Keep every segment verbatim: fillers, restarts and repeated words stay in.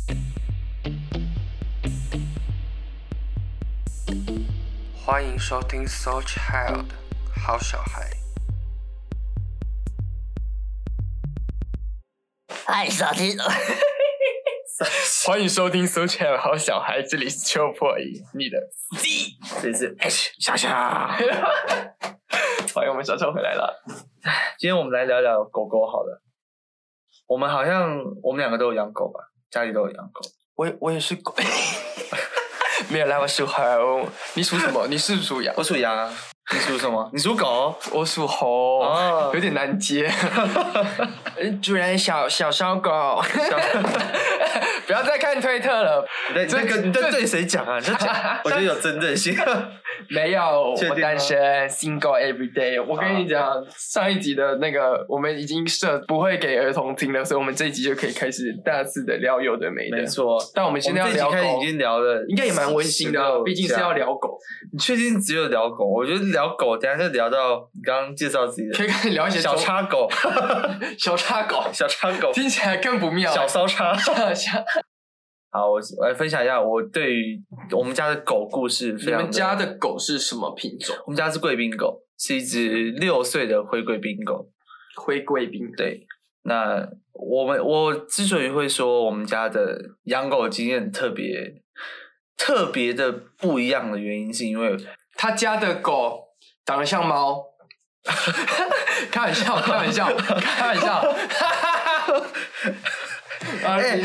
欢迎收听 So Child 好小孩。 欢迎收听， 欢迎收听 So Child 好小孩，这里是秋破音，你的 C， 这里是 H 小小。 欢迎我们小秋回来了。 今天我们来聊聊狗狗好了。我们好像我们两个都有养狗吧？家里都有养狗。 我我也是狗。没有啦，我属猴。你属什么？你是属羊？ 我属羊啊。你属什么？你属狗？ 我属猴。哦，有点难接。主人小小烧狗。不要再看推特了。 你在跟你在对谁讲啊？这讲，我觉得有针对性。 没有，我单身 ，single every day。我跟你讲，上一集的那个我们已经设不会给儿童听了，所以我们这一集就可以开始大肆的聊有的没的。 没错， 但我们现在要聊狗， 我们这一集开始已经聊了， 应该也蛮温馨的，毕竟是要聊狗。 你确定只有聊狗？我觉得聊狗，等一下就聊到你刚刚介绍自己的， 可以开始聊一些小叉狗， 小叉狗， 小叉狗， 听起来更不妙。 小骚叉。好，我我来分享一下我对于我们家的狗故事。非常你们家的狗是什么品种？ 我们家是贵宾狗，是一只六岁的灰贵宾狗。 灰贵宾， 对。那我们我之所以会说我们家的养狗经验特别特别的不一样的原因，是因为他家的狗长得像猫。开玩笑，开玩笑，开玩笑。 哎，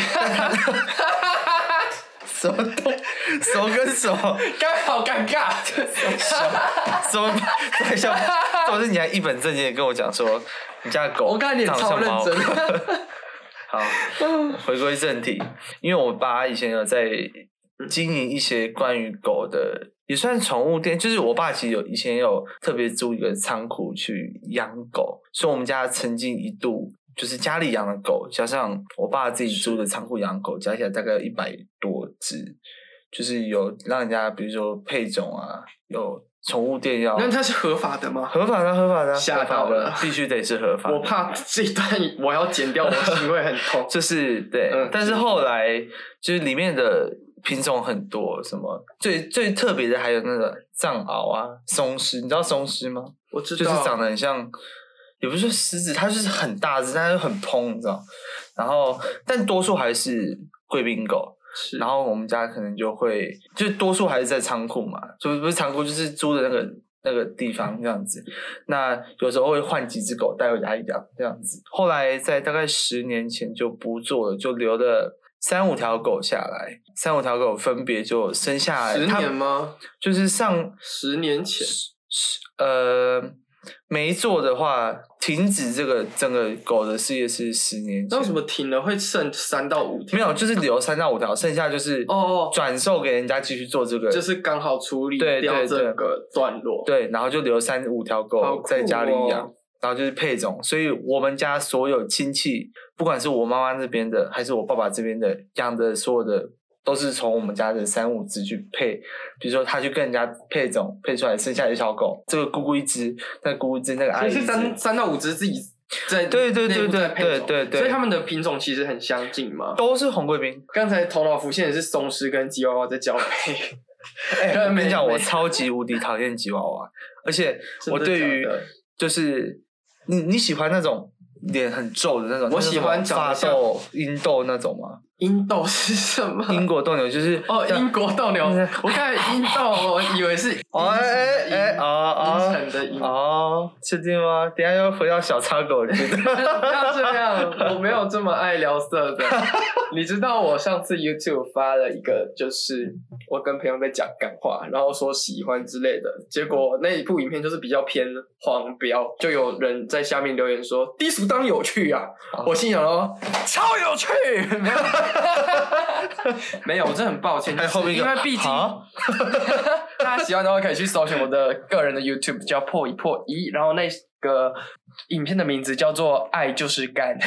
什么动？手跟手， 刚好尴尬。 什么？太像，或是你还一本正经的跟我讲说，你家的狗， 我看你超认真。 好，回归正题，因为我爸以前有在经营一些关于狗的，也算宠物店，就是我爸其实有以前有特别租一个仓库去养狗，所以我们家曾经一度就是家里养的狗，加上我爸自己租的仓库养的狗，加起来大概有一百多只，就是有让人家比如说配种啊，有宠物店要。 那它是合法的吗？ 合法的，合法的， 吓到了， 必须得是合法的。 我怕这一段我要剪掉，我心会很痛。 就是对、嗯，但是后来就是里面的品种很多，什么最最特别的还有那个藏獒啊、松狮，你知道松狮吗？ 我知道， 就是长得很像。也不是狮子，它就是很大只，但是很蓬，你知道？然后，但多数还是贵宾狗。 是。 然后我们家可能就会，就多数还是在仓库嘛，就不是仓库，就是租的那个那个地方这样子。那有时候会换几只狗带回家养这样子。后来在大概十年前就不做了，就留了三五条狗下来，三五条狗分别就生下来。 十年吗？ 就是上十年前。 呃。没做的话，停止这个整个狗的事业是十年前。 那为什么停了会剩三到五条？ 没有，就是留三到五条，剩下就是哦转售给人家继续做这个， 就是刚好处理掉这个段落。 对， 对， 对，然后就留三五条狗在家里养、哦，然后就是配种。所以我们家所有亲戚，不管是我妈妈那边的，还是我爸爸这边的，养的所有的。都是从我们家的三五只去配，比如说他去跟人家配种，配出来剩下一条狗，这个姑姑一只，那个姑姑一只，那个阿姨一只， 所以是三三到五只自己在对对对对对对对， 所以他们的品种其实很相近嘛， 都是红贵宾。 刚才头脑浮现的是松狮跟吉娃娃在交配。 哎、欸，我跟你讲，我超级无敌讨厌吉娃娃，而且我对于就是你你喜欢那种脸很皱的那种， 我喜欢发豆、英豆那种吗？ 英豆是什么？ 英国斗牛就是哦，英国斗牛。我看英豆，我以为是哦哎哎哦哦，阴沉的阴哦，确定吗？等一下又回到小叉狗，觉得不要这样，我没有这么爱聊色的。你知道我上次 YouTube 发了一个，就是我跟朋友在讲干话，然后说喜欢之类的，结果那一部影片就是比较偏黄标，就有人在下面留言说低俗当有趣啊，我心想说超有趣，没有。没有，我真的很抱歉，就是因为毕竟大家喜欢的话，可以去搜寻我的个人的 YouTube 叫破一破一，然后那个影片的名字叫做《爱就是干》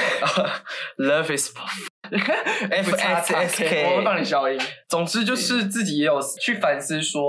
，Love is F S S K， 我会帮你消音。总之就是自己也有去反思说，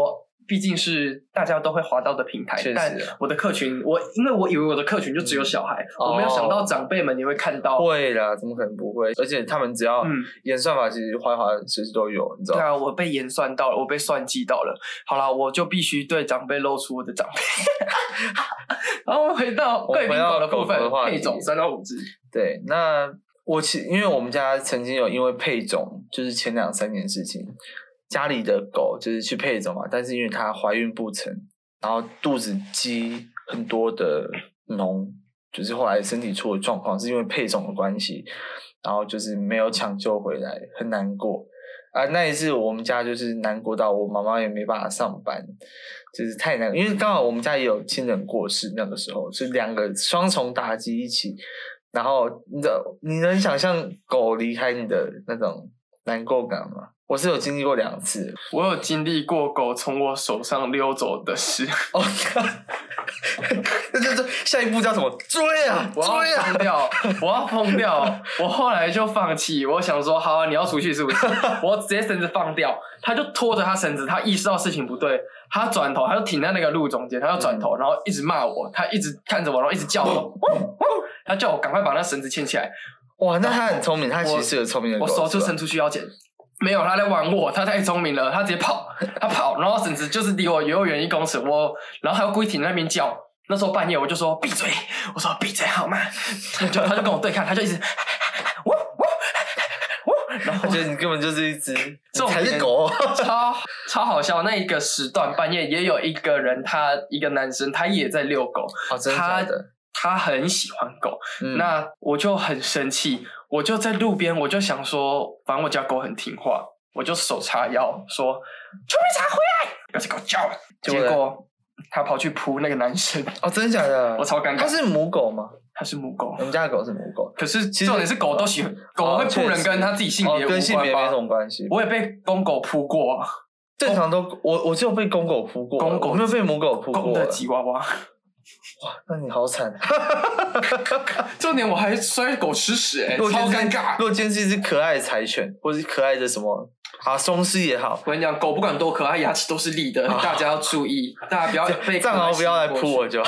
毕竟是大家都会滑到的平台，但我的客群，我因为我以为我的客群就只有小孩，嗯、我没有想到长辈们你会看到。 会啦，怎么可能不会？而且他们只要演算法，其实滑一滑随时都有，你知道吗？ 对啊，我被演算到了，我被算计到了。好啦，我就必须对长辈露出我的长辈。然后我们回到贵宾狗的部分，配种三到五只。 对，那我其因为我们家曾经有因为配种，就是前两三年事情。家里的狗就是去配种嘛，但是因为它怀孕不成，然后肚子积很多的脓，就是后来身体出的状况是因为配种的关系，然后就是没有抢救回来，很难过啊。那一次我们家就是难过到我妈妈也没办法上班，就是太难，因为刚好我们家也有亲人过世，那个时候是两个双重打击一起，然后你的你能想象狗离开你的那种难过感吗？我是有经历过两次， 我有经历过狗从我手上溜走的事。 哦，那就下一步叫什么？追啊！ 我要疯掉！我要疯掉！我后来就放弃，我想说，好啊，你要出去是不是？我直接绳子放掉，他就拖着他绳子，他意识到事情不对，他转头，他就停在那个路中间，他就转头，然后一直骂我，他一直看着我，然后一直叫我，他叫我赶快把那绳子牵起来。 哇，那他很聪明，他其实是个聪明的狗。 我手就伸出去要捡。没有，他在玩我，他太聪明了，他直接跑，他跑，然后绳子就是离我幼儿园一公尺，我，然后还要故意停在那边叫。那时候半夜我就说闭嘴，我说闭嘴好吗？他就他就跟我对看，他就一直，我我我，然后他觉得你根本就是一只， 这才是狗， 超超好笑。那一个时段半夜也有一个人，他一个男生，他也在遛狗， 哦，真的假的？ 他很喜欢狗，嗯、那我就很生气。我就在路边，我就想说，反正我家狗很听话，我就手叉腰说：“臭皮茶回来！”不要再给我叫了。结果他跑去扑那个男生。 哦，真的假的？ 我超尴尬。 他是母狗吗？ 他是母狗。 我们家的狗是母狗。 可是重点是狗都喜欢，狗会扑人，跟他自己性别无关吧？ 跟性别没什么关系。 我也被公狗扑过啊。 正常都我我只有被公狗扑过，公狗我没有被母狗扑过。 公的吉娃娃。 哇，那你好惨！ 重点我还摔狗吃屎哎、欸，超尴尬。 如果今天是一只可爱的柴犬，或是可爱的什么啊松狮也好， 我跟你讲，狗不管多可爱，牙齿都是利的，啊、大家要注意，大家不要被藏獒不要来扑我就。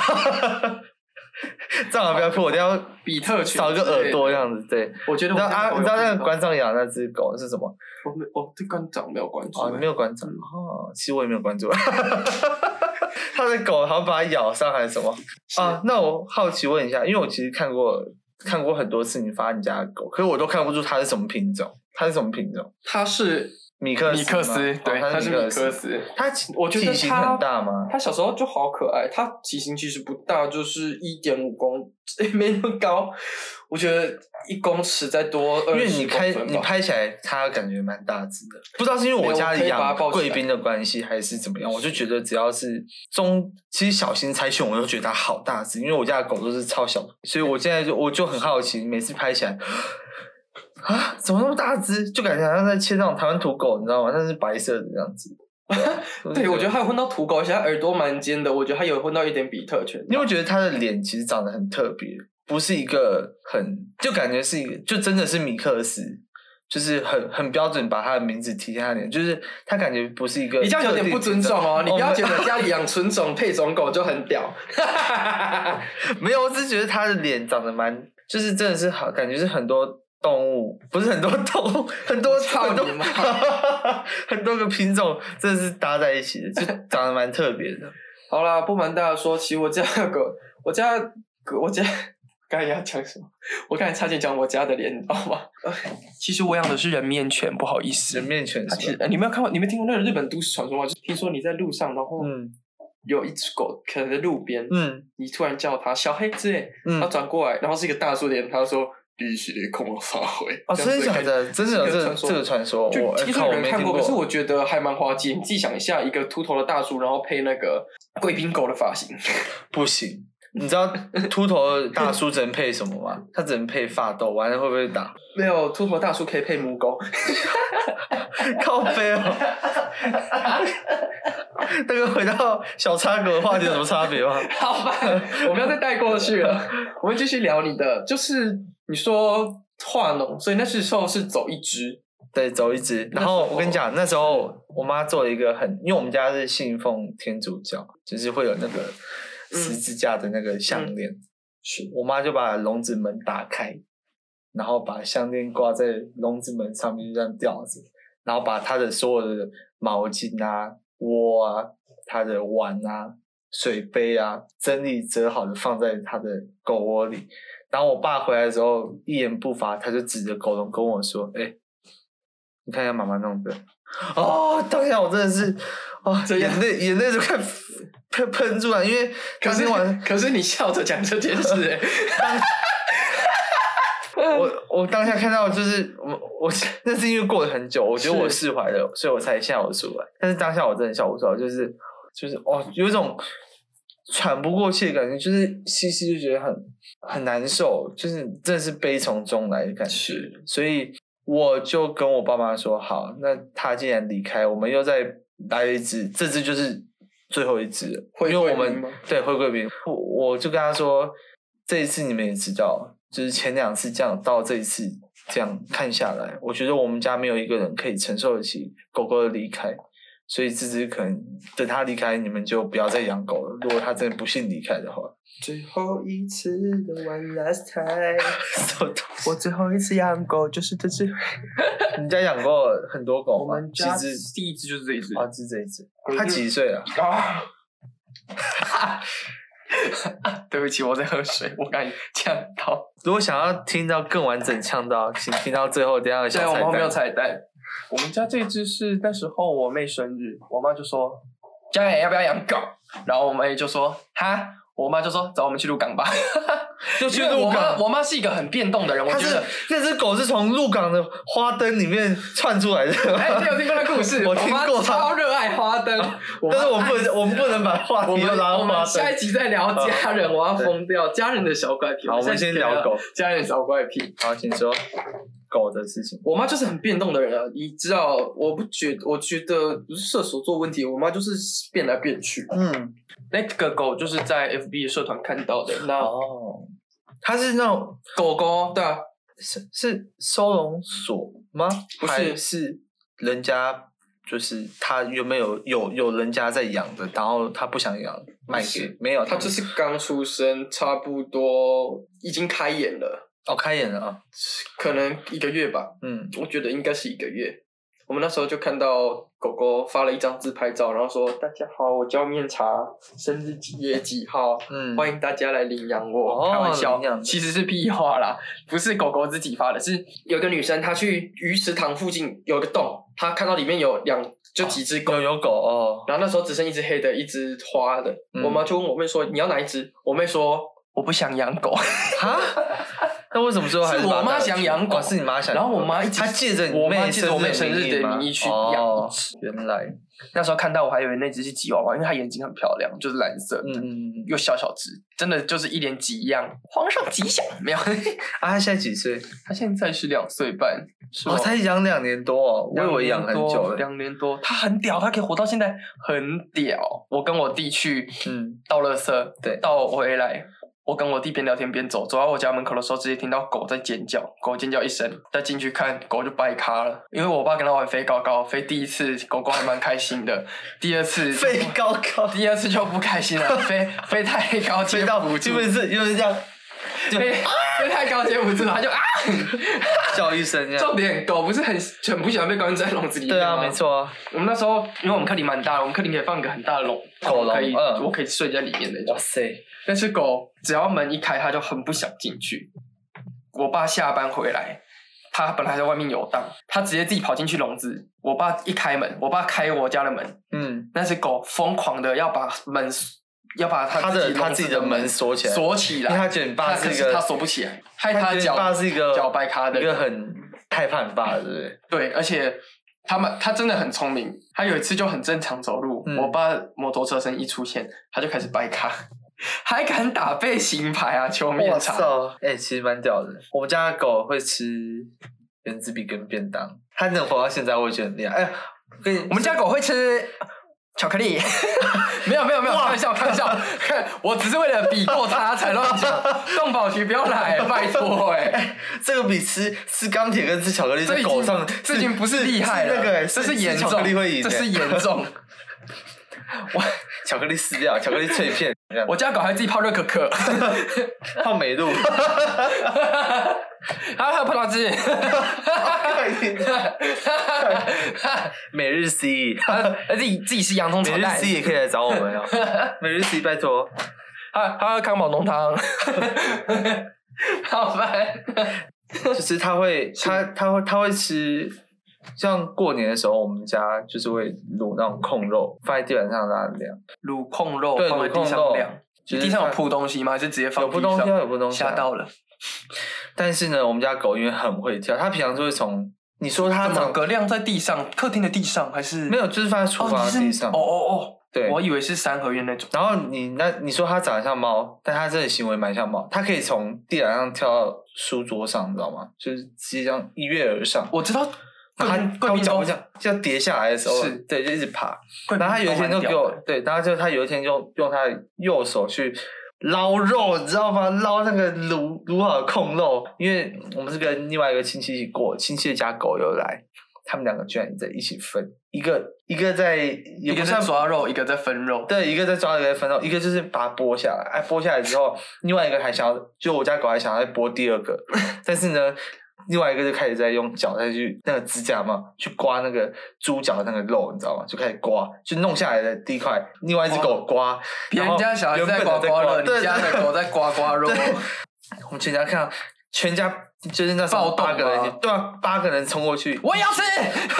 藏獒不要扑我，一定要比特犬少一个耳朵这样子。对， 我觉得你知道啊，你知道那个馆长养那只狗是什么？ 我没，我对馆长没有关注。 哦，你没有馆长、嗯、哦，其实我也没有关注。他的狗好像把它咬伤还是什么啊？那我好奇问一下，因为我其实看过看过很多次你发你家的狗，可是我都看不出它是什么品种。它是什么品种？ 它是米克斯， 米克斯，对， 哦、它是米克斯。它我觉得体型很大吗？ 它小时候就好可爱，它体型其实不大，就是一点五公，没那么高。我觉得一公尺再多二十公分吧。 因为你开你拍起来，它感觉蛮大只的。不知道是因为我家里养贵宾的关系，还是怎么样，我就觉得只要是中，其实小型柴犬我都觉得它好大只，因为我家的狗都是超小，所以我现在就我就很好奇，每次拍起来。啊，怎么那么大只？就感觉好像在切那种台湾土狗，你知道吗？但是白色的这样子。 对，我觉得它有混到土狗，而且它耳朵蛮尖的。我觉得它有混到一点比特犬。 你会觉得它的脸其实长得很特别，不是一个很，就感觉是一个，就真的是米克斯，就是很很标准，把它的名字提在它脸，就是它感觉不是一个。 你这样有点不尊重哦，你不要觉得家里养纯种配种狗就很屌。 没有，我只是觉得它的脸长得蛮，就是真的是好，感觉是很多。动物不是很多动物，很多很多很多个品种，真的是搭在一起的，就长得蛮特别的。 好啦，不瞒大家说，其实我家的狗，我家狗，我家刚才要讲什么？我刚才差点讲我家的脸，你知道吗？其实我养的是人面犬，不好意思。 人面犬是吧？ 你没有看过？你没听过那个日本都市传说吗？就听说你在路上，然后嗯，有一只狗可能在路边，嗯，你突然叫它小黑之类，嗯，它转过来，然后是一个大叔脸，他说。一系列恐龙杀回哦，真的假的？真的有这这个传说？ 就听说有人看过，可是我觉得还蛮滑稽。你自己想一下，一个秃头的大叔，然后配那个贵宾狗的发型， 不行。你知道秃头的大叔只能配什么吗？他只能配发豆，完了会不会打？ 没有，秃头大叔可以配母狗。 靠背哦。那个回到小插狗的话题有什么差别吗？ 好吧，我们要再带过去了。我们继续聊你的，就是你说化脓，所以那时候是走一只。 对，走一只。然后我跟你讲，那时候我妈做了一个很，因为我们家是信奉天主教，就是会有那个十字架的那个项链，嗯、是我妈就把笼子门打开，然后把项链挂在笼子门上面，就这样吊着，然后把她的所有的毛巾啊、窝啊、她的碗啊、水杯啊，整理折好的放在她的狗窝里。然后我爸回来的时候一言不发，他就指着狗笼跟我说：“哎、欸，你看一下妈妈弄的。”哦，当下我真的是，哦，眼泪眼泪就快喷喷出来，因为可是可是你笑着讲这件事、欸， 我我当下看到就是我我那是因为过了很久，我觉得我释怀了，所以我才笑出来。但是当下我真的笑不出来，就是就是哦，有一种喘不过气的感觉，就是西西就觉得很很难受，就是真的是悲从中来的感觉。所以我就跟我爸妈说，好，那他既然离开，我们又再来了一只，这只就是最后一只了，因为我们对会贵宾，我我就跟他说，这一次你们也知道，就是前两次这样到这一次这样看下来，我觉得我们家没有一个人可以承受得起狗狗的离开。所以这只可能等他离开，你们就不要再养狗了。如果他真的不幸离开的话， 最后一次的 one last time， 我最后一次养狗就是这只。 你家养过很多狗吗？ 我们家第一只就是这一只。 啊，是这一只。它几岁了？啊！ 对不起，我在喝水，我刚呛到。 如果想要听到更完整呛到，请听到最后这样的小彩蛋。 对，我们后面有彩蛋。我们家这只是那时候我妹生日，我妈就说家人要不要养狗，然后我妹就说哈，我妈就说走，我们去鹿港吧。 就去鹿港。 我妈是一个很变动的人，我觉得那只狗是从鹿港的花灯里面窜出来的。 哎，你有听过那故事？ 我听过， 我超热爱花灯， 但是我们不能，我们不能把话题又拉到花灯。 我们下一集再聊家人，我要疯掉家人的小怪癖。 好，我们先聊狗， 家人的小怪癖。 好，请说。狗的事情， 我妈就是很变动的人啊，你知道，我不觉，我觉得不是射手座问题，我妈就是变来变去。嗯，那个狗就是在 F B 的社团看到的，那哦，它是那种狗狗，对啊， 是是收容所吗？ 不是， 还是人家就是他有没有有有人家在养的，然后他不想养，卖给没有， 他就是刚出生，差不多已经开眼了。 哦，开眼了啊， 可能一个月吧。嗯，我觉得应该是一个月。我们那时候就看到狗狗发了一张自拍照，然后说：“大家好，我叫面茶，生日几月几号？嗯，欢迎大家来领养我。哦”开玩笑，其实是屁话啦，不是狗狗自己发的，是有个女生她去鱼池塘附近有个洞，她看到里面有两就几只狗， 有有狗哦。 然后那时候只剩一只黑的，一只花的。嗯、我妈就问我妹说：“你要哪一只？”我妹说：“我不想养狗。”哈。 那为什么最后还是我妈想养狗？ 哦、是你妈想养狗， 然后我妈一直她借着你妹生日的名义去养、 哦。原来那时候看到我还以为那只是吉娃娃，因为它眼睛很漂亮，就是蓝色的，嗯、又小小只，真的就是一脸吉样。皇上吉祥，没有啊？ 她现在几岁？ 她现在是两岁半。 哦，才养两年多哦，我以为养很久了。 两年多，她很屌，她可以活到现在，很屌。我跟我弟去，嗯，倒垃圾， 对， 倒回来。我跟我弟边聊天边走，走到我家门口的时候，直接听到狗在尖叫，狗尖叫一声，再进去看，狗就掰咖了。因为我爸跟他玩飞高高，飞第一次狗狗还蛮开心的，第二次飞高高， 第二次就不开心了，飞飞太高接不住， 基本是因为这样， 飞飞太高接不住，他就啊叫一声这样。 重点，狗不是很很不喜欢被关在笼子里面吗？ 对啊，没错啊。 我们那时候，因为我们客厅蛮大的，我们客厅可以放一个很大的笼， 狗笼， 可以， 嗯、 我可以睡在里面那种。 哇塞！ 但是狗只要门一开，它就很不想进去。我爸下班回来，他本来在外面游荡，他直接自己跑进去笼子。我爸一开门，我爸开我家的门，嗯，那只狗疯狂的要把门。要把他他的他自己的门锁起来， 锁起来， 因为他觉得你爸是一个， 他锁不起来，害他脚， 爸是一个脚掰咖的， 一个很害怕你爸的，对不对？ 对，而且他们他真的很聪明，他有一次就很正常走路，嗯、我爸摩托车声一出现，他就开始掰咖，还敢打背形牌啊，求面茶， 哎、欸，其实蛮屌的。我们家的狗会吃原子笔跟便当，它能活到现在，我也觉得很厉害。哎、欸， 我们家狗会吃。 巧克力，没有没有没有，开玩笑开玩笑，看我只是为了比过他才乱讲，动保局不要来，拜托哎、欸， 这个比吃吃钢铁跟吃巧克力在狗上， 这已经不是厉害了， 那个这是严重， 巧克力会赢， 这是严重。 我巧克力撕掉，巧克力脆片， 我家狗还自己泡热可可， 泡美露， 还有葡萄汁， 每日 C， 自己自己是洋葱炒蛋， 每日 C 也可以来找我们哦，每日 C 拜托， 还还有康宝浓汤，好烦， 就是他会他他会他会吃。像过年的时候，我们家就是会卤那种控肉，放在地板上让它晾。 卤控肉对， 放在地上晾， 就是地上有铺东西吗？还是直接放地上？ 有铺东西啊，有铺东西、啊。 吓到了。 但是呢，我们家狗因为很会跳，它平常就会从你说它整个晾在地上，客厅的地上还是没有，就是放在厨房的地上。 哦哦哦， 对， 我以为是三合院那种。 然后你那你说它长得像猫，但它真的行为蛮像猫，它可以从地板上跳到书桌上，你知道吗？就是直接这样一跃而上。 我知道。 他他脚会这样，这样跌下来的时候，对，就一直爬。然后他有一天就给我，对，然后就他有一天就用他的右手去捞肉，你知道吗？捞那个卤卤好的控肉，因为我们是跟另外一个亲戚一起过，亲戚的家狗有来，他们两个居然在一起分，一个一个在一个在抓肉，一个在分肉， 对，一个在抓，一个在分肉，一个就是把它剥下来，哎，剥下来之后，另外一个还想要，就我家狗还想要再剥第二个，但是呢。另外一个就开始在用脚再去那个指甲嘛，去刮那个猪脚的那个肉，你知道吗？就开始刮，就弄下来的第一块，另外一只狗刮， 别人家小孩在刮刮乐，你家的狗在刮刮肉。 我们全家看到，全家就是那时候八个人，对啊，八个人冲过去， 我也要吃，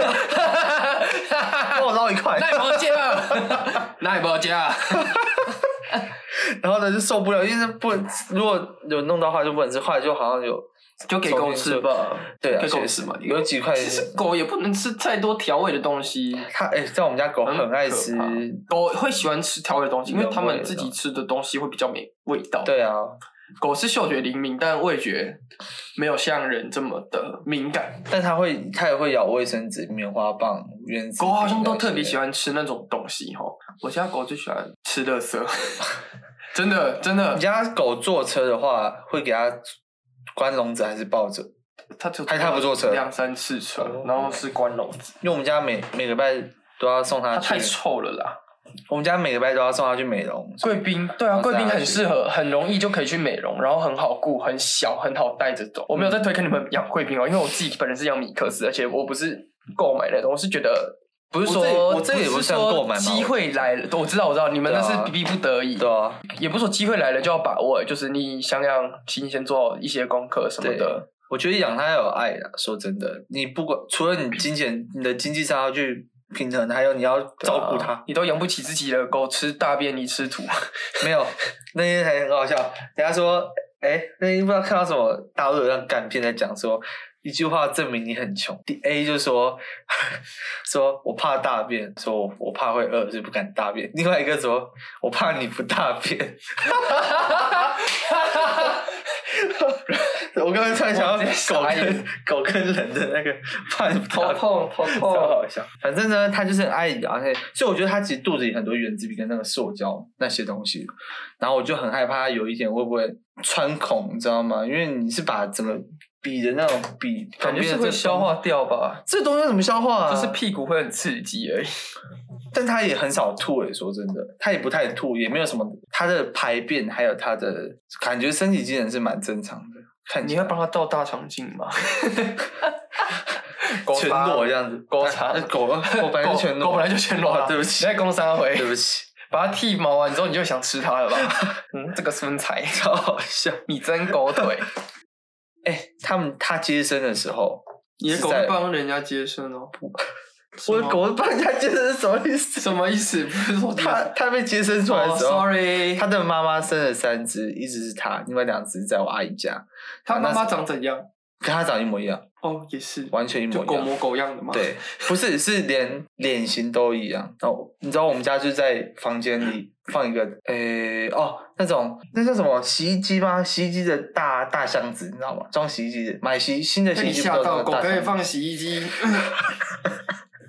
帮我捞一块， 那也不加，那也不加。 然后呢就受不了，因为不能，如果有弄到的话就不能吃，后来就好像有。 就给狗吃吧， 对啊， 给狗吃嘛。 有几块， 其实狗也不能吃太多调味的东西。 它哎、欸，在我们家狗很爱吃， 狗会喜欢吃调味的东西，因为它们自己吃的东西会比较没味道。 对啊， 狗是嗅觉灵敏，但味觉没有像人这么的敏感。 但它会，它也会咬卫生纸、棉花棒、原子。 狗好像都特别喜欢吃那种东西哈。我家狗最喜欢吃垃圾，真的真的。 你家狗坐车的话，会给它。关笼子还是抱着？ 他就还他不坐车， 两三次车，然后是关笼子。 因为我们家每每个礼拜都要送他去， 他太臭了啦。 我们家每个礼拜都要送他去美容。 贵宾，对啊，贵宾很适合，很容易就可以去美容，然后很好顾，很小，很好带着走。我没有在推荐你们养贵宾哦，因为我自己本人是养米克斯，而且我不是购买那种，我是觉得。不是说， 我这个也不是购买嘛。 机会来了，我知道，我知道，你们那是逼不得已。 对啊， 也不是说机会来了就要把握，就是你想想，提前做一些功课什么的。 我觉得养它要有爱啦，说真的，你不管除了你金钱、你的经济上要去平衡，还有你要照顾它、啊。 你都养不起自己的狗吃大便，你吃土。 没有，那天还很好笑，人家说，哎、欸，那天不知道看到什么大陆有让干片在讲说。一句话证明你很穷。A 就说说我怕大便，说我怕会饿，是不敢大便。另外一个说我怕你不大便。我刚刚突然想到狗跟狗跟人的那个怕你不大便， 头痛头痛， 超好笑。反正呢，它就是很爱咬，所以我觉得它其实肚子里很多原子笔跟那个塑胶那些东西。然后我就很害怕它有一天会不会穿孔，你知道吗？因为你是把整个。笔的那种笔， 感觉是会消化掉吧？ 这东西怎么消化啊？ 就是屁股会很刺激而已。 但它也很少吐诶、欸，说真的，它也不太吐，也没有什么。它的排便还有它的感觉，身体机能是蛮正常的。看你要帮它倒大肠镜吗？ 全裸这样子， 狗肠狗狗本来就全裸， 狗本来就全裸、啊。 对不起， 你在攻三回， 对不起。 把它剃毛完之后，你就想吃它了吧？嗯，这个身材超好笑， 你真狗腿。 哎、欸，他们他接生的时候， 你的狗会帮人家接生哦？ 我的狗帮人家接生是什么意思？ 什么意思？不是说他他被接生出来的时候、 oh, ，sorry， 他的妈妈生了三只，一只是他，另外两只在我阿姨家。 他妈妈长怎样？ 跟他长一模一样。 哦，也是， 完全一模一样， 就狗模狗样的嘛。 对，不是，是连脸型都一样。然后你知道我们家就在房间里放一个，诶、欸，哦，那种那叫什么洗衣机吗？洗衣机的大大箱子，你知道吗？装洗衣机的，买洗新的洗衣机。 吓到狗可以放洗衣机。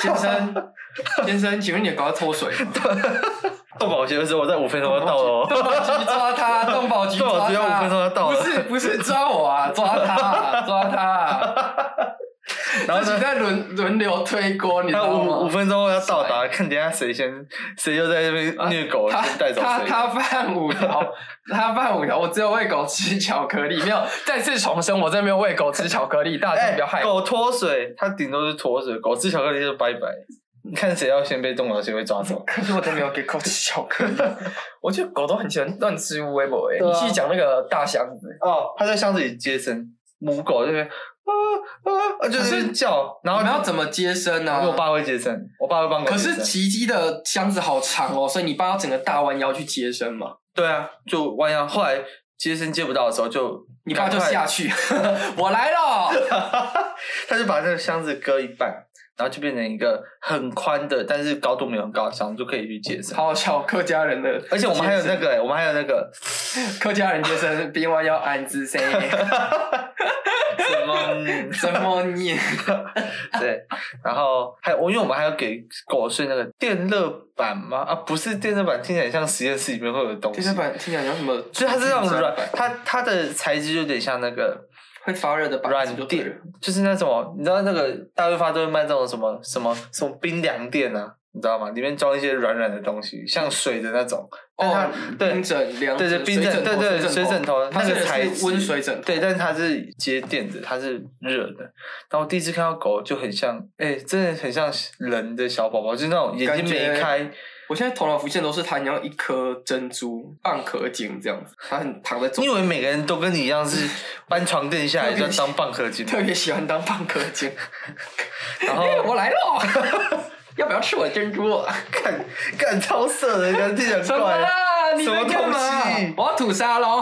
先生，先生，请问你的狗要脱水吗？ 动保局的时候，我在五分钟就到了哦。 动保局抓他，动保局抓他。 动保局要五分钟就到了。 不是不是抓我啊，抓他、啊，抓他、啊。然后呢，在轮轮流推锅，你知道吗？ 五五分钟要到达，看等一下谁先，谁就在这边虐狗， 啊、 先带走谁。 他他犯五条，他犯五条，我只有喂狗吃巧克力，没有。再次重申，我真的没有喂狗吃巧克力，大家不要害我。 狗脱水，它顶多是脱水，狗吃巧克力就拜拜。你看谁要先被动物协会抓走？ 可是我都没有给狗吃巧克力。我觉得狗都很喜欢乱吃乌龟不诶。你继续讲那个大箱子哦，它在箱子里接生，母狗这边啊啊，就是叫，然后你们要怎么接生呢、啊？ 因为我爸会接生，我爸会帮狗接生。 可是奇迹的箱子好长哦，所以你爸要整个大弯腰去接生嘛？ 对啊，就弯腰。后来接生接不到的时候就，就你爸就下去，我来了， 他就把这个箱子割一半。然后就变成一个很宽的，但是高度没有很高的箱，就可以去接生。 好巧，客家人的， 而且我们还有那个、欸，我们还有那个客家人接生，边弯要安之生。 什么什么念？ 对，然后还有，因为我们还要给狗睡那个电热板吗？啊，不是电热板，听起来像实验室里面会有的东西。 电热板听起来像什么？ 所以它是那种软，它它的材质有点像那个。 会发热的软垫，就是那种你知道那个大润发都会卖这种什么什么什么冰凉垫啊，你知道吗？里面装一些软软的东西，像水的那种。 哦，冰枕、凉对对冰枕，对对水枕头，那个材质温水枕头， 对，但是它是接电的，它是热的。然后我第一次看到狗就很像，哎、欸，真的很像人的小宝宝，就是那种眼睛没开。 我现在头脑浮现都是它，你要一颗珍珠蚌壳精这样子，它很躺在。 你以为每个人都跟你一样是搬床垫下来就要当蚌壳精？ 特别喜欢当蚌壳精。 然后、 欸、我来了，要不要吃我的珍珠？ 干干超色的，人听起来怪。 什么啦？你什么东西？ 我要吐沙喽！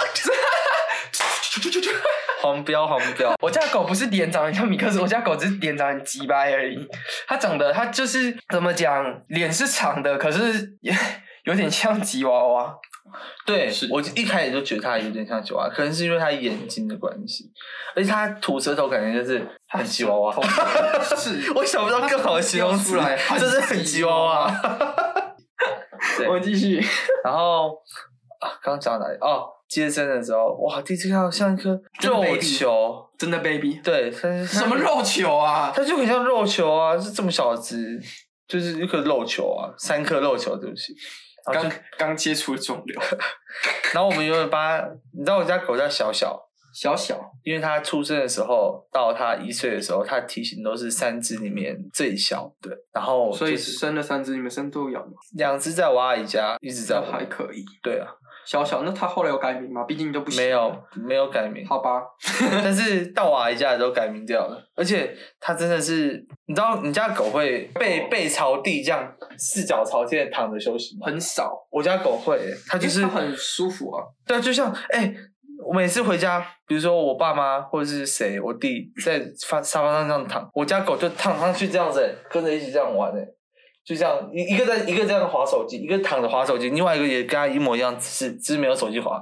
黄标黄标！ 我家狗不是脸长得像米克斯，我家狗只是脸长得很鸡掰而已。它长得，它就是怎么讲，脸是长的，可是也有点像吉娃娃。 对，我一开始就觉得它有点像吉娃娃，可能是因为它眼睛的关系，而且它吐舌头，感觉就是很吉娃娃。 是， 我想不到更好的形容词来，就是很吉娃娃。 我继续， 然后啊，刚刚讲到哪里？哦。接生的时候，哇！第一次看到像一颗肉球， 真的 baby， 对，它是什么肉球啊？ 它就很像肉球啊，是这么小的只，就是一颗肉球啊，三颗肉球，对不起， 刚刚接触肿瘤。 然后我们永远把它，你知道我家狗叫小小， 小小， 因为它出生的时候到它一岁的时候，它的体型都是三只里面最小的，然后、就是、 所以生了三只，你们生都有吗？ 两只在我阿姨家，一直在我还可以， 对啊。 小小，那他后来有改名吗？毕竟你都不没有，没有改名。 好吧， 但是到我阿姨家也都改名掉了，而且它真的是，你知道，你家狗会背背朝地这样四脚朝天的躺着休息吗？ 很少， 我家狗会，它就是它很舒服啊。 对，就像哎、欸，我每次回家，比如说我爸妈或者是谁，我弟在沙沙发上这样躺，我家狗就躺上去这样子、欸，跟着一起这样玩哎、欸。就这样，一一个在一个这样滑手机，一个躺着滑手机，另外一个也跟他一模一样，只是只是没有手机滑。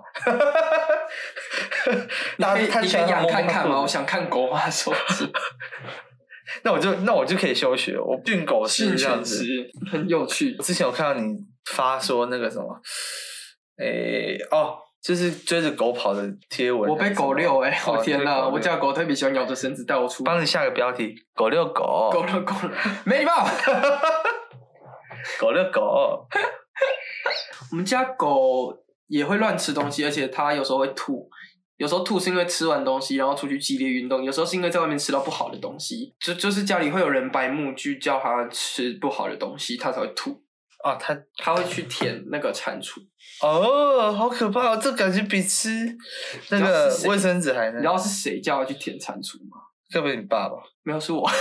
你可以你可以养看看吗？我想看狗滑手机。 那我就那我就可以休学，我训狗师这样子， 很有趣。 之前有看到你发说那个什么，诶、欸、哦，就是追着狗跑的贴文。 我被狗遛哎、欸！我、哦、天哪！我家狗特别喜欢咬着绳子带我出。 帮你下个标题：狗遛狗。 狗遛狗，没礼貌。 狗遛狗， 我们家狗也会乱吃东西，而且它有时候会吐。有时候吐是因为吃完东西，然后出去激烈运动；有时候是因为在外面吃到不好的东西，就就是家里会有人白目去叫它吃不好的东西，它才会吐。 啊，它它会去舔那个蟾蜍。 哦，好可怕！哦！这感觉比吃那个卫生纸还难。 你知道是谁叫它去舔蟾蜍吗？ 该不会你爸爸？ 没有，是我。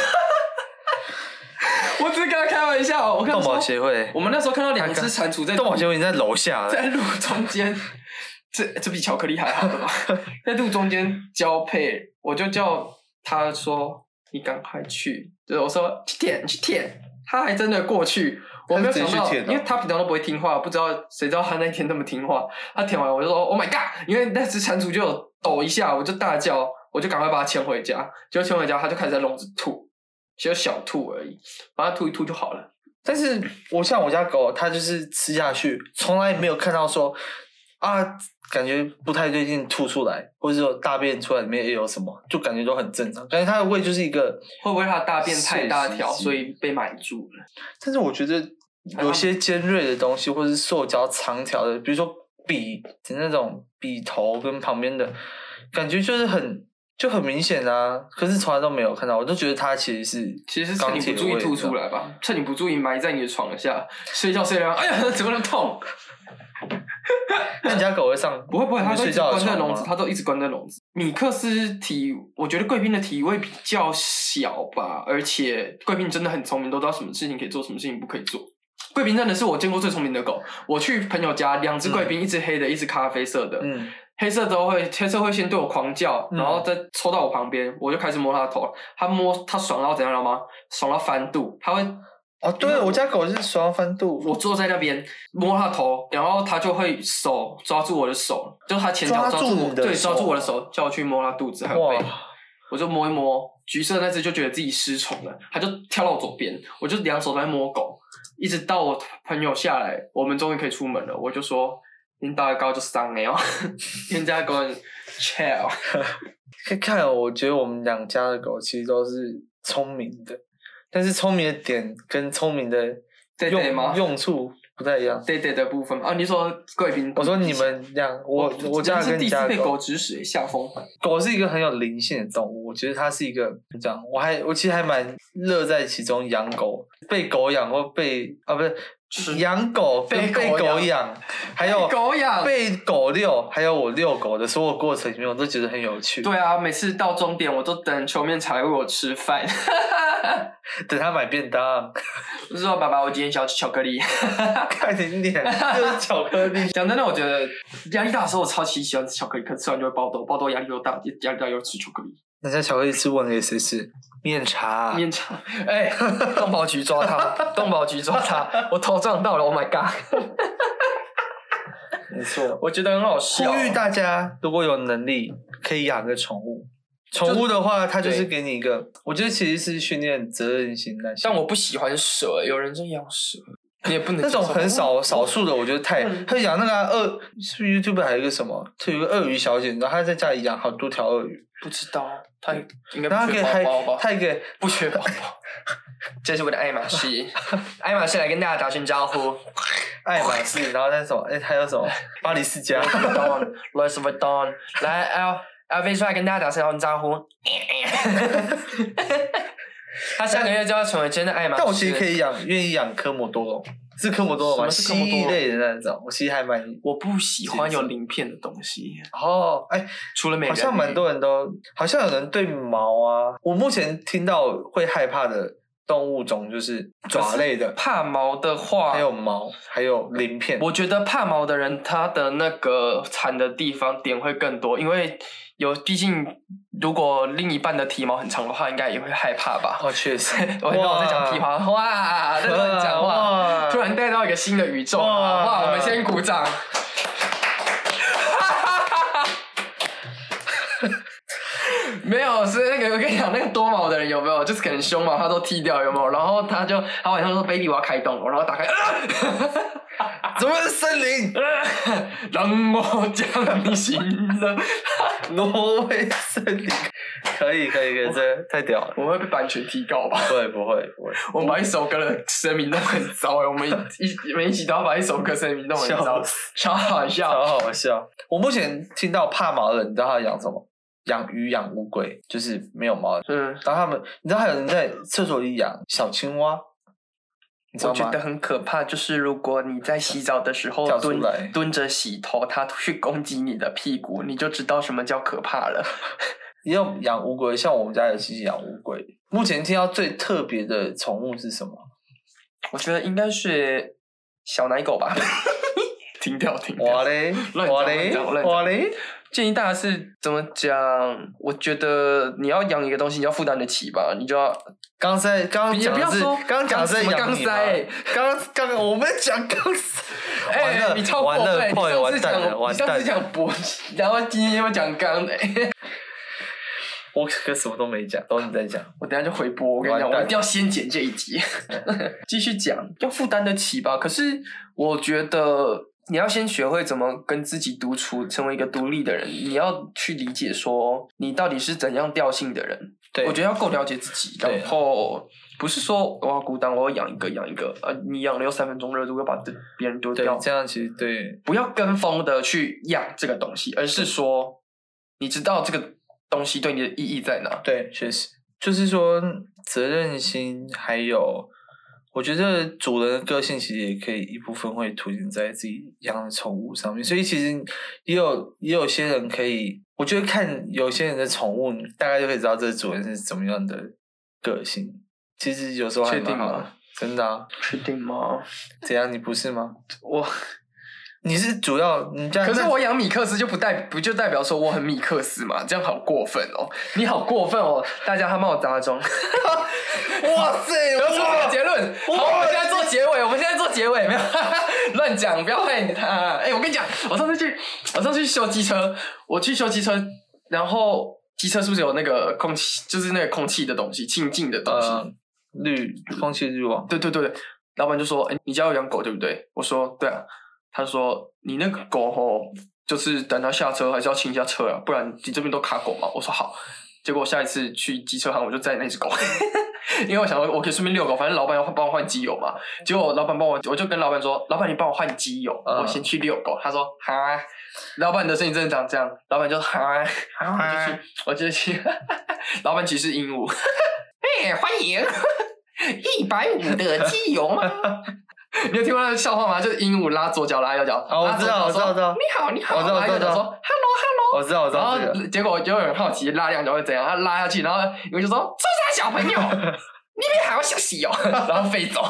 我只是跟他开玩笑。我看动保协会， 我们那时候看到两只蟾蜍在动保协会，你在楼下， 在路中间，这这比巧克力还好的吧？在路中间交配，我就叫他说：“你赶快去。”就是我说去舔去舔，他还真的过去。我没有想到，因为他平常都不会听话，不知道谁知道他那天那么听话。他舔完我就说 ：“Oh my god！” 因为那只蟾蜍就有抖一下，我就大叫，我就赶快把它牵回家。结果牵回家，他就开始在笼子吐。 只有小吐而已，把它吐一吐就好了。 但是我像我家狗，它就是吃下去，从来没有看到说啊，感觉不太对劲吐出来，或者说大便出来里面也有什么，就感觉都很正常。感觉它的胃就是一个， 会不会它的大便太大条，所以被埋住了？ 但是我觉得有些尖锐的东西，或是塑胶长条的，比如说笔的那种笔头跟旁边的，感觉就是很。就很明显啊，可是从来都没有看到，我都觉得它其实是其实是趁你不注意吐出来吧，趁你不注意埋在你的床下，睡觉睡到哎呀怎么那么痛？ 那你家狗会上？ 不会不会，它都一直关在笼子，它都一直关在笼子。米克斯体，我觉得贵宾的体味比较小吧，而且贵宾真的很聪明，都知道什么事情可以做，什么事情不可以做。贵宾真的是我见过最聪明的狗。我去朋友家，两只贵宾，嗯、一只黑的，一只咖啡色的。嗯。黑色都会，黑色会先对我狂叫，然后再凑到我旁边，嗯、我就开始摸它的头。它摸，它爽到怎样了吗？爽到翻肚，它会。 哦，对，我家狗是爽到翻肚。 我坐在那边摸它头，然后它就会手抓住我的手，就它前脚抓住我，对，抓住我的手，叫我去摸它肚子还有背。我就摸一摸，橘色那只就觉得自己失宠了，它就跳到我左边，我就两手在摸狗，一直到我朋友下来，我们终于可以出门了，我就说。恁大狗就伤了哦，人家狗很 chill。 看看，我觉得我们两家的狗其实都是聪明的，但是聪明的点跟聪明的用用处不太一样。 对对的部分啊，你说贵宾， 我说你们两，我我家跟你家的狗，被狗指使下风。 狗是一个很有灵性的动物，我觉得它是一个这样，我还我其实还蛮乐在其中养狗，被狗养或被啊不是。养狗跟被狗养，还有狗养被狗遛，还有我遛狗的所有过程里面，我都觉得很有趣。 对啊，每次到终点，我都等球面才喂我吃饭， 等他买便当。 我说爸爸，我今天想要吃巧克力。 快点点，就是巧克力。 讲真的，我觉得压力大的时候，我超级喜欢吃巧克力，可是吃完就会爆痘，爆痘压力又大，压力大又吃巧克力。 那家巧克力是问给谁吃？面茶， 面茶，哎、欸，动保局抓他，动保局抓他，我头撞到了 ，Oh my god！ 没错， 我觉得很好笑。 呼吁大家，如果有能力，可以养个宠物。宠物的话，它就是给你一个，我觉得其实是训练责任心那些。 但我不喜欢蛇，有人真养蛇，你也不能那种很少少数的，我觉得太。他养那个鳄，是不是 YouTube 还有一个什么？他有一个鳄鱼小姐，然后他在家里养好多条鳄鱼。 不知道，他应该不缺宝宝吧？ 他一个不缺宝宝。这是我的爱马仕，爱马仕来跟大家打声招呼。 爱马仕，然后那什么？哎，还有什么？巴黎世家 ，Louis Vuitton， 来 L L V 出来跟大家打声招呼。他下个月就要成为真的爱马仕。 但我其实可以养，愿意养科摩多龙。是科摩多龙吗？蜥蜴类的那种，我其实还蛮…… 我不喜欢有鳞片的东西。 哦，哎， 除了美人鱼， 好像蛮多人都，好像有人对毛啊，我目前听到会害怕的动物种就是爪类的。 怕毛的话， 还有毛，还有鳞片。 我觉得怕毛的人，他的那个惨的地方点会更多，因为有，毕竟如果另一半的体毛很长的话，应该也会害怕吧？ 哦，确实。 我刚我在讲屁话，哇，在乱讲话，突然带到一个新的宇宙，哇！哇我们先鼓掌。没有，是那个我跟你讲，那个多毛的人有没有？就是可能胸毛他都剃掉，有没有？然后他就他晚上说 ：“baby， 我要开动了。”然后打开，啊、 怎么是森林？ 让我将你醒了。 挪威森林，可以可以可以，这太屌了。 我们会被版权提告吧？ 不会不会不会。 我们把一首歌的声明弄很糟哎、欸，我们一每一集都要把一首歌声明弄很糟，超好笑， 超好笑。我目前听到怕毛的人，你知道他养什么？养鱼、养乌龟，就是没有毛的。嗯，然后他们，你知道还有人在厕所里养小青蛙，你知道吗？ 我觉得很可怕，就是如果你在洗澡的时候蹲蹲着洗头，它去攻击你的屁股，你就知道什么叫可怕了。 你要养乌龟，像我们家有亲戚养乌龟。目前听到最特别的宠物是什么？ 我觉得应该是小奶狗吧。停掉，停掉！ 哇嘞，哇嘞，哇嘞！ 建议大家是怎么讲？我觉得你要养一个东西，你要负担得起吧，你就要。 刚才刚刚讲的是，刚刚讲的是刚塞， 刚刚刚我们讲刚塞， 完了，你超过分！ 完了，完蛋了，完蛋了！ 你上次讲博，然后今天又讲刚的。 我可什么都没讲，都你在讲。 我等一下就回播，我跟你讲，我一定要先剪这一集，继续讲，要负担得起吧？可是我觉得你要先学会怎么跟自己独处，成为一个独立的人。你要去理解说你到底是怎样调性的人。 对， 我觉得要够了解自己，然后不是说我要孤单，我要养一个养一个，呃，你养了又三分钟热度，又把别人丢掉， 这样其实对， 不要跟风的去养这个东西，而是说你知道这个东西对你的意义在哪。 对，确实就是说责任心，还有我觉得主人的个性其实也可以一部分会凸显在自己养的宠物上面，所以其实也有也有些人可以，我觉得看有些人的宠物，大概就可以知道这个主人是怎么样的个性。其实有时候还蛮好的，真的啊？ 确定吗？ 怎样？你不是吗？ 我。 你是主要，你这样， 可是我养米克斯就不代不就代表说我很米克斯嘛？这样好过分哦！你好过分哦！大家他帮我砸钟。 哇塞！ 得出这个结论。好，我们现在做结尾，我们现在做结尾，没有乱讲，不要害他。哎、欸，我跟你讲，我上次去，我上次去修机车，我去修机车，然后机车是不是有那个空气，就是那个空气的东西，清净的东西， 呃、滤空气滤网。 对对对，老板就说：“哎、欸，你家有养狗对不对？”我说：“对啊。”他说：“你那个狗吼，就是等它下车还是要清一下车啊，不然你这边都卡狗嘛。”我说：“好。”结果下一次去机车行，我就载那只狗，因为我想说我可以顺便遛狗，反正老板要帮我换机油嘛。结果老板帮我，我就跟老板说：“老板，你帮我换机油，嗯、我先去遛狗。”他说：“好啊。”老板的声音真的长这样，老板就好啊，好啊，我就去，我就去。老板其实是鹦鹉，哎、欸，欢迎一百五的机油吗？你有听过那个笑话吗？就是鹦鹉拉左脚拉右脚， 哦，我知道，我知道，我知道。 你好，你好。 我知道，我知道。 拉右脚说 hello hello。 我知道，我知道。 然后结果就有人好奇拉两脚会怎样，他拉下去，然后鹦鹉就说：“这是小朋友，你们还要小心哦。”然后飞走。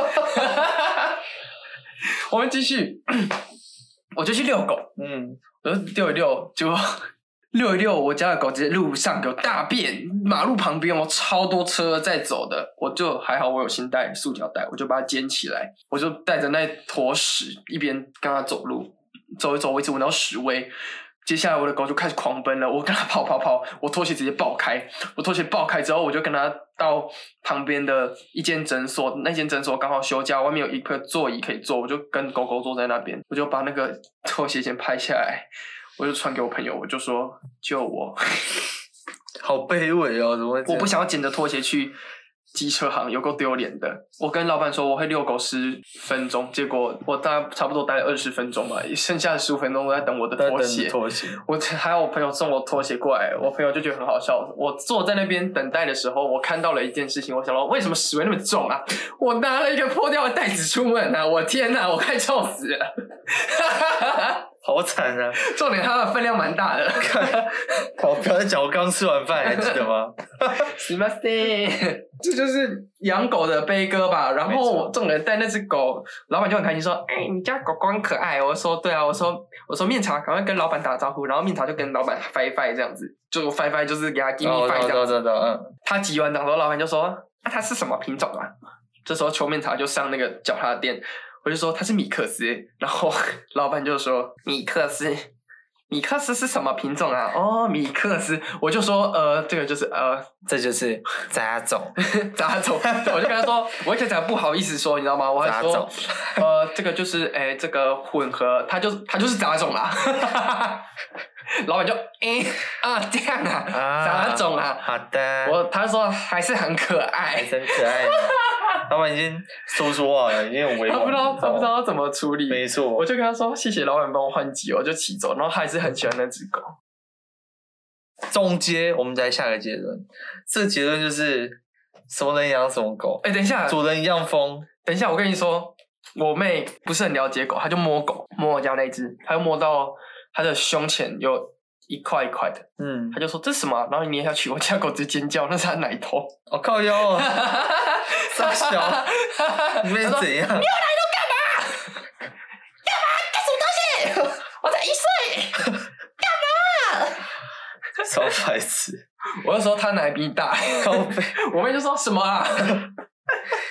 我们继续，我就去遛狗，嗯，我就遛一遛，结果遛一遛，我家的狗直接路上给我大便，马路旁边哦，超多车在走的，我就还好，我有先带塑胶袋，我就把它捡起来，我就带着那坨屎一边跟它走路，走一走，我一直闻到屎味。接下来我的狗就开始狂奔了，我跟它跑跑跑，我拖鞋直接爆开，我拖鞋爆开之后，我就跟它到旁边的一间诊所，那间诊所刚好休假，外面有一个座椅可以坐，我就跟狗狗坐在那边，我就把那个拖鞋先拍下来。我就传给我朋友，我就说救我， 好卑微哦，怎么会这样？ 我不想要捡着拖鞋去机车行，有够丢脸的。我跟老板说我会遛狗十分钟，结果我大概差不多待了二十分钟吧，剩下的十五分钟我在等我的拖鞋。 拖鞋， 我还有我朋友送我拖鞋过来，我朋友就觉得很好笑。我坐在那边等待的时候，我看到了一件事情，我想说为什么屎味那么重啊？我拿了一个破掉的袋子出门啊！我天哪，我快臭死了！ 好惨啊！ 重点它的分量蛮大的。 靠！不要再讲，我刚吃完饭，还记得吗？ すみません，这就是养狗的悲歌吧。然后我重点带那只狗，老板就很开心说：“哎、欸，你家狗狗很可爱。”我说：“对啊。”我说：“我说面茶，赶快跟老板打招呼。”然后面茶就跟老板拜拜这样子，就拜拜就是给他 give me five 这样子。 哦，嗯。 他击完掌之后，老板就说：“啊，它是什么品种啊？”这时候邱面茶就上那个脚踏垫。我就说他是米克斯，然后老板就说米克斯，米克斯是什么品种啊？哦，米克斯，我就说呃，这个就是呃， 这就是杂种， 杂种。我就跟他说，我一开始还不好意思说，你知道吗？我还说呃，这个就是哎，这个混合，他就他就是杂种啦。老板就哎、欸、啊这样啊，啊杂种啊， 好的。 我他说还是很可爱， 还是很可爱。老板已经说说话了，已经很委婉。 他不知道，他不知道怎么处理。 没错， 我就跟他说：“谢谢老板帮我换机油。”我就骑走，然后还是很喜欢那只狗。 总结，我们再下个结论。这个结论就是什么人养什么狗。 哎、欸，等一下， 主人一样疯。 等一下，我跟你说，我妹不是很了解狗，她就摸狗，摸我家那只，她就摸到她的胸前有一块一块的，嗯，她就说这是什么、啊？然后捏下去，我家狗直接尖叫，那是它奶头。 我、哦、靠腰啊！傻小，你妹怎样？你有奶头干嘛？干嘛？干什么东西？我才一岁，干嘛？ 超白痴！ 我就说他奶比你大， 靠背。 我妹就说什么啊？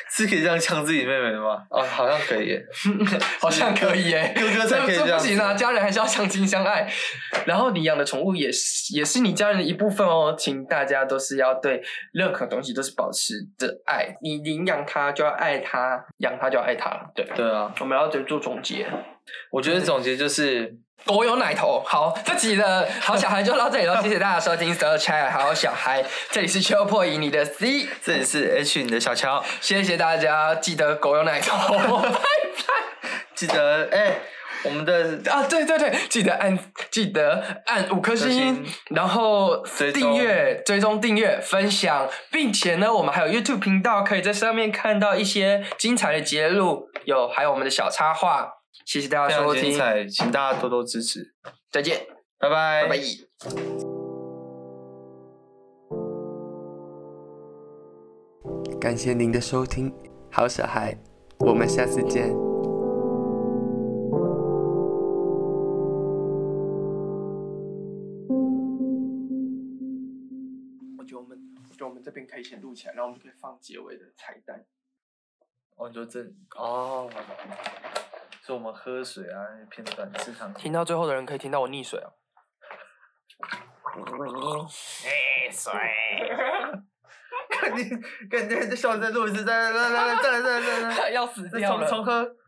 是可以这样呛自己妹妹的吗？哦，好像可以耶， 好像可以耶， 哥哥才可以这样。 这不行啊，家人还是要相亲相爱。然后你养的宠物也是也是你家人的一部分哦，请大家都是要对任何东西都是保持着爱，你领养它就要爱它，养它就要爱它。对对啊， 我们要做总结。 我觉得总结就是狗有奶头。好，这集的好小孩就到这里了，谢谢大家收听十二 Chat 好小孩，这里是秋破影你的 C， 这里是 H 你的小乔， 谢谢大家，记得狗有奶头，拜拜。 记得哎、欸，我们的啊，对对对，记得按记得按五颗星，然后订阅、追踪、订阅、分享，并且呢，我们还有 YouTube 频道，可以在上面看到一些精彩的节录，有还有我们的小插画。谢谢大家收听， 精彩，请大家多多支持， 再见， 拜拜， 拜拜。感谢您的收听，好小孩，我们下次见。我觉得我们，我觉得我们这边可以先录起来，然后我们就可以放结尾的彩蛋。 哦，你就这哦。所以我们喝水啊片段时常听到最后的人可以听到我溺水哦。 溺水。看你，看你，这小子在录一次，再来再来再来再来再来， 要死掉了。 重重喝。